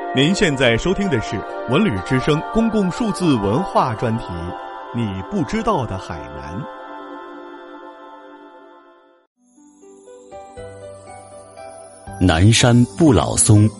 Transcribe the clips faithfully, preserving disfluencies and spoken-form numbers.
您现在收听的是文旅之声公共数字文化专题，你不知道的海南。 南山不老松。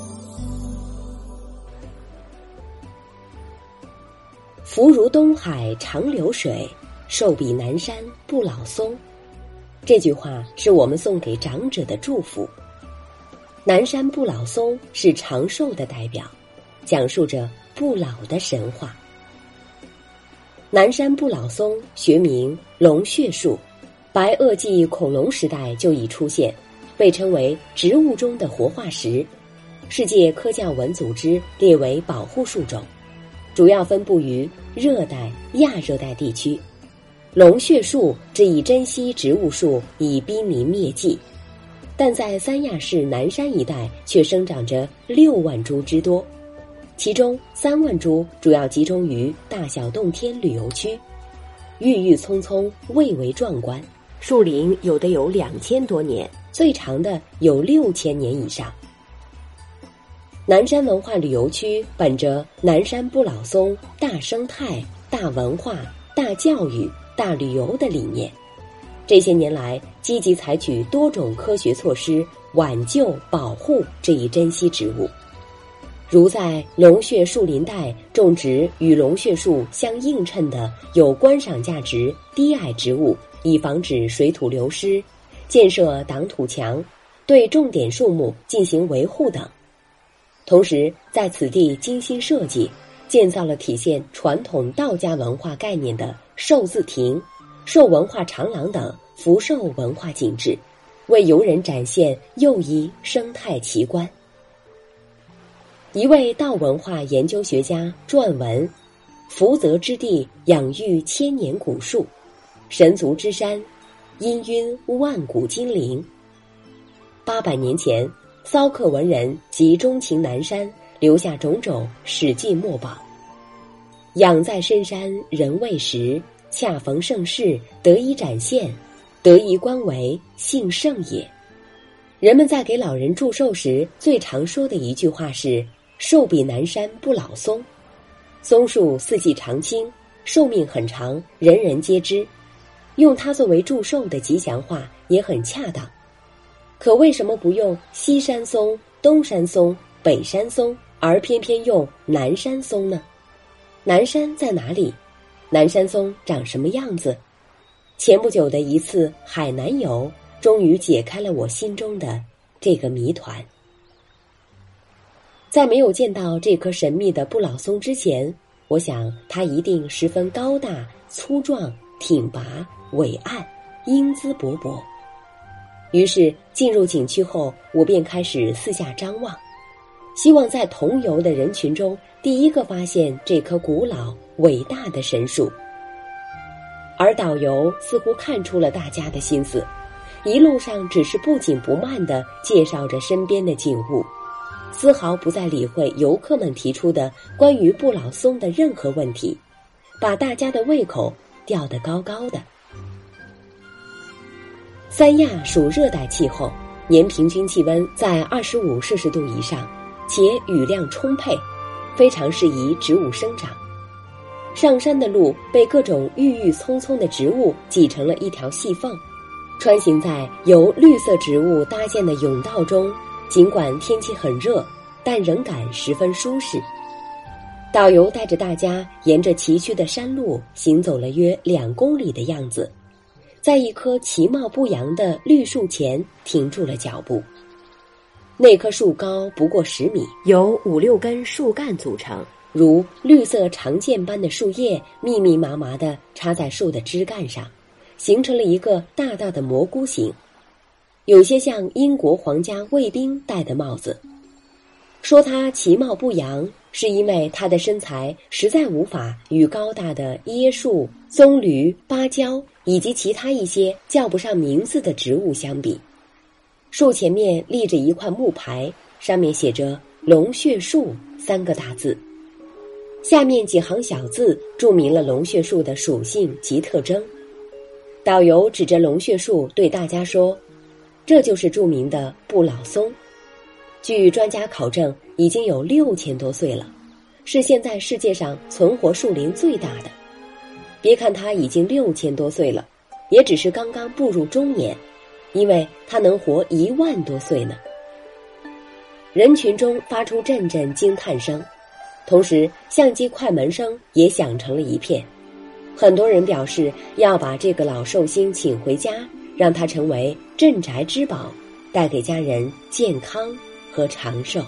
福如东海长流水，寿比南山不老松。这句话是我们送给长者的祝福。南山不老松是长寿的代表，讲述着不老的神话。南山不老松学名龙血树，白垩纪恐龙时代就已出现，被称为植物中的活化石，世界科教文组织列为保护树种，主要分布于热带、亚热带地区。龙血树这一珍稀植物树已濒临灭迹，但在三亚市南山一带却生长着六万株之多，其中三万株主要集中于大小洞天旅游区，郁郁葱葱，蔚为壮观。树龄有的有两千多年，最长的有六千年以上。南山文化旅游区本着南山不老松大生态、大文化、大教育、大旅游的理念，这些年来积极采取多种科学措施挽救保护这一珍稀植物，如在龙血树林带种植与龙血树相映衬的有观赏价值低矮植物，以防止水土流失，建设挡土墙，对重点树木进行维护等。同时在此地精心设计建造了体现传统道家文化概念的寿字亭、寿文化长廊等福寿文化景致，为游人展现又一生态奇观。一位道文化研究学家撰文：福泽之地养育千年古树，神足之山氤氲万古精灵。八百年前，骚客文人及钟情南山，留下种种史记墨宝。养在深山人未识，恰逢盛世得以展现，得以观为幸盛也。人们在给老人祝寿时最常说的一句话是寿比南山不老松。松树四季常青，寿命很长，人人皆知，用它作为祝寿的吉祥话也很恰当。可为什么不用西山松、东山松、北山松，而偏偏用南山松呢？南山在哪里？南山松长什么样子？前不久的一次海南游，终于解开了我心中的这个谜团。在没有见到这棵神秘的不老松之前，我想它一定十分高大、粗壮、挺拔、伟岸、英姿勃勃。于是进入景区后，我便开始四下张望，希望在同游的人群中第一个发现这棵古老伟大的神树。而导游似乎看出了大家的心思，一路上只是不紧不慢地介绍着身边的景物，丝毫不再理会游客们提出的关于不老松的任何问题，把大家的胃口吊得高高的。三亚属热带气候，年平均气温在二十五摄氏度以上，且雨量充沛，非常适宜植物生长。上山的路被各种郁郁葱葱的植物挤成了一条细缝，穿行在由绿色植物搭建的甬道中，尽管天气很热，但仍感十分舒适。导游带着大家沿着崎岖的山路行走了约两公里的样子，在一棵其貌不扬的绿树前停住了脚步。那棵树高不过十米，由五六根树干组成，如绿色长剑般的树叶密密麻麻地插在树的枝干上，形成了一个大大的蘑菇形，有些像英国皇家卫兵戴的帽子。说它其貌不扬，是因为它的身材实在无法与高大的椰树、棕榈、芭蕉以及其他一些叫不上名字的植物相比。树前面立着一块木牌，上面写着龙血树三个大字，下面几行小字注明了龙血树的属性及特征。导游指着龙血树对大家说，这就是著名的不老松。 据专家考证，已经有六千多岁了，是现在世界上存活树龄最大的。别看它已经六千多岁了，也只是刚刚步入中年，因为它能活一万多岁呢。人群中发出阵阵惊叹声，同时相机快门声也响成了一片。很多人表示要把这个老寿星请回家，让他成为镇宅之宝，带给家人健康和长寿。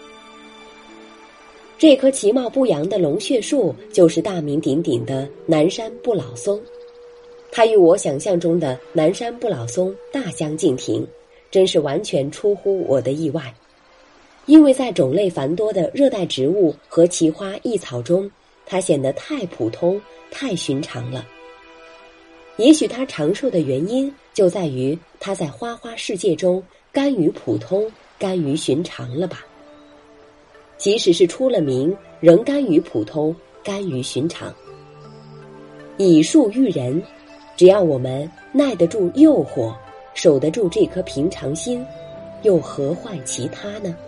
这棵其貌不扬的龙血树就是大名鼎鼎的南山不老松，它与我想象中的南山不老松大相径庭，真是完全出乎我的意外。因为在种类繁多的热带植物和奇花异草中，它显得太普通、太寻常了。也许它长寿的原因就在于它在花花世界中甘于普通、甘于寻常了吧。即使是出了名，仍甘于普通，甘于寻常。以树喻人，只要我们耐得住诱惑，守得住这颗平常心，又何患其他呢？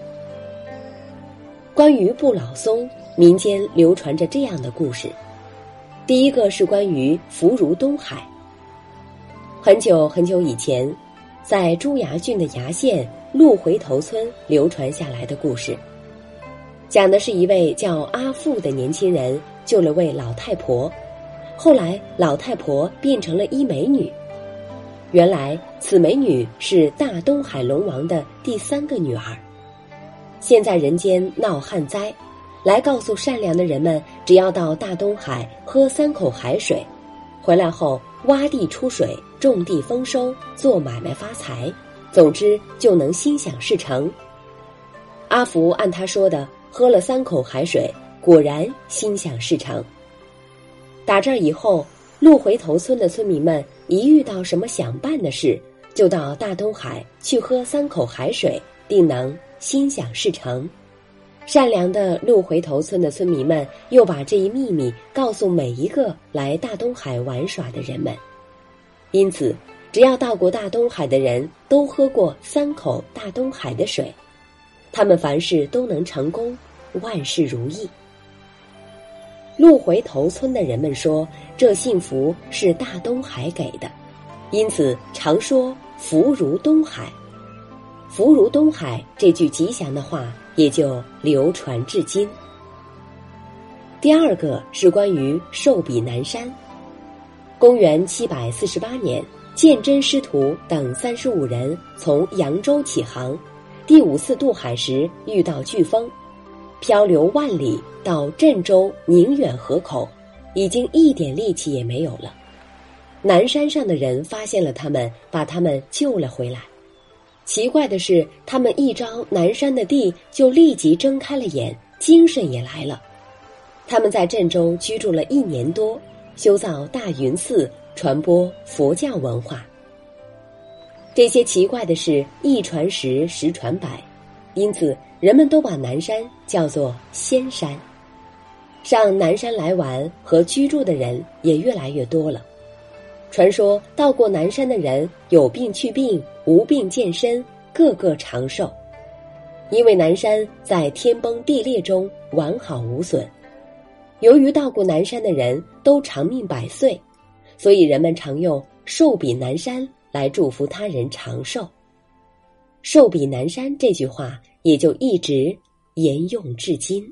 关于不老松，民间流传着这样的故事。第一个是关于福如东海。很久很久以前，在朱崖郡的崖县鹿回头村流传下来的故事，讲的是一位叫阿富的年轻人救了位老太婆，后来老太婆变成了一美女。原来此美女是大东海龙王的第三个女儿。现在人间闹旱灾，来告诉善良的人们，只要到大东海喝三口海水，回来后挖地出水，种地丰收，做买卖发财，总之就能心想事成。阿福按他说的喝了三口海水，果然心想事成。打这儿以后，鹿回头村的村民们一遇到什么想办的事，就到大东海去喝三口海水，定能心想事成。善良的鹿回头村的村民们又把这一秘密告诉每一个来大东海玩耍的人们。因此，只要到过大东海的人都喝过三口大东海的水，他们凡事都能成功，万事如意。鹿回头村的人们说，这幸福是大东海给的，因此常说福如东海。福如东海这句吉祥的话也就流传至今。第二个是关于寿比南山。公元七百四十八年，鉴真师徒等三十五人从扬州起航，第五次渡海时遇到飓风，漂流万里到郑州宁远河口，已经一点力气也没有了。南山上的人发现了他们，把他们救了回来。奇怪的是，他们一招南山的地，就立即睁开了眼，精神也来了。他们在郑州居住了一年多，修造大云寺，传播佛教文化。这些奇怪的事一传十，十传百，因此人们都把南山叫做仙山。上南山来玩和居住的人也越来越多了。传说到过南山的人有病去病，无病健身，个个长寿。因为南山在天崩地裂中完好无损，由于到过南山的人都长命百岁，所以人们常用寿比南山来祝福他人长寿。寿比南山这句话也就一直沿用至今。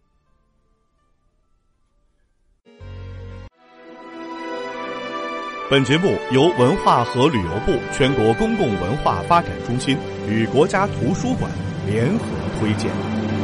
本节目由文化和旅游部全国公共文化发展中心与国家图书馆联合推荐。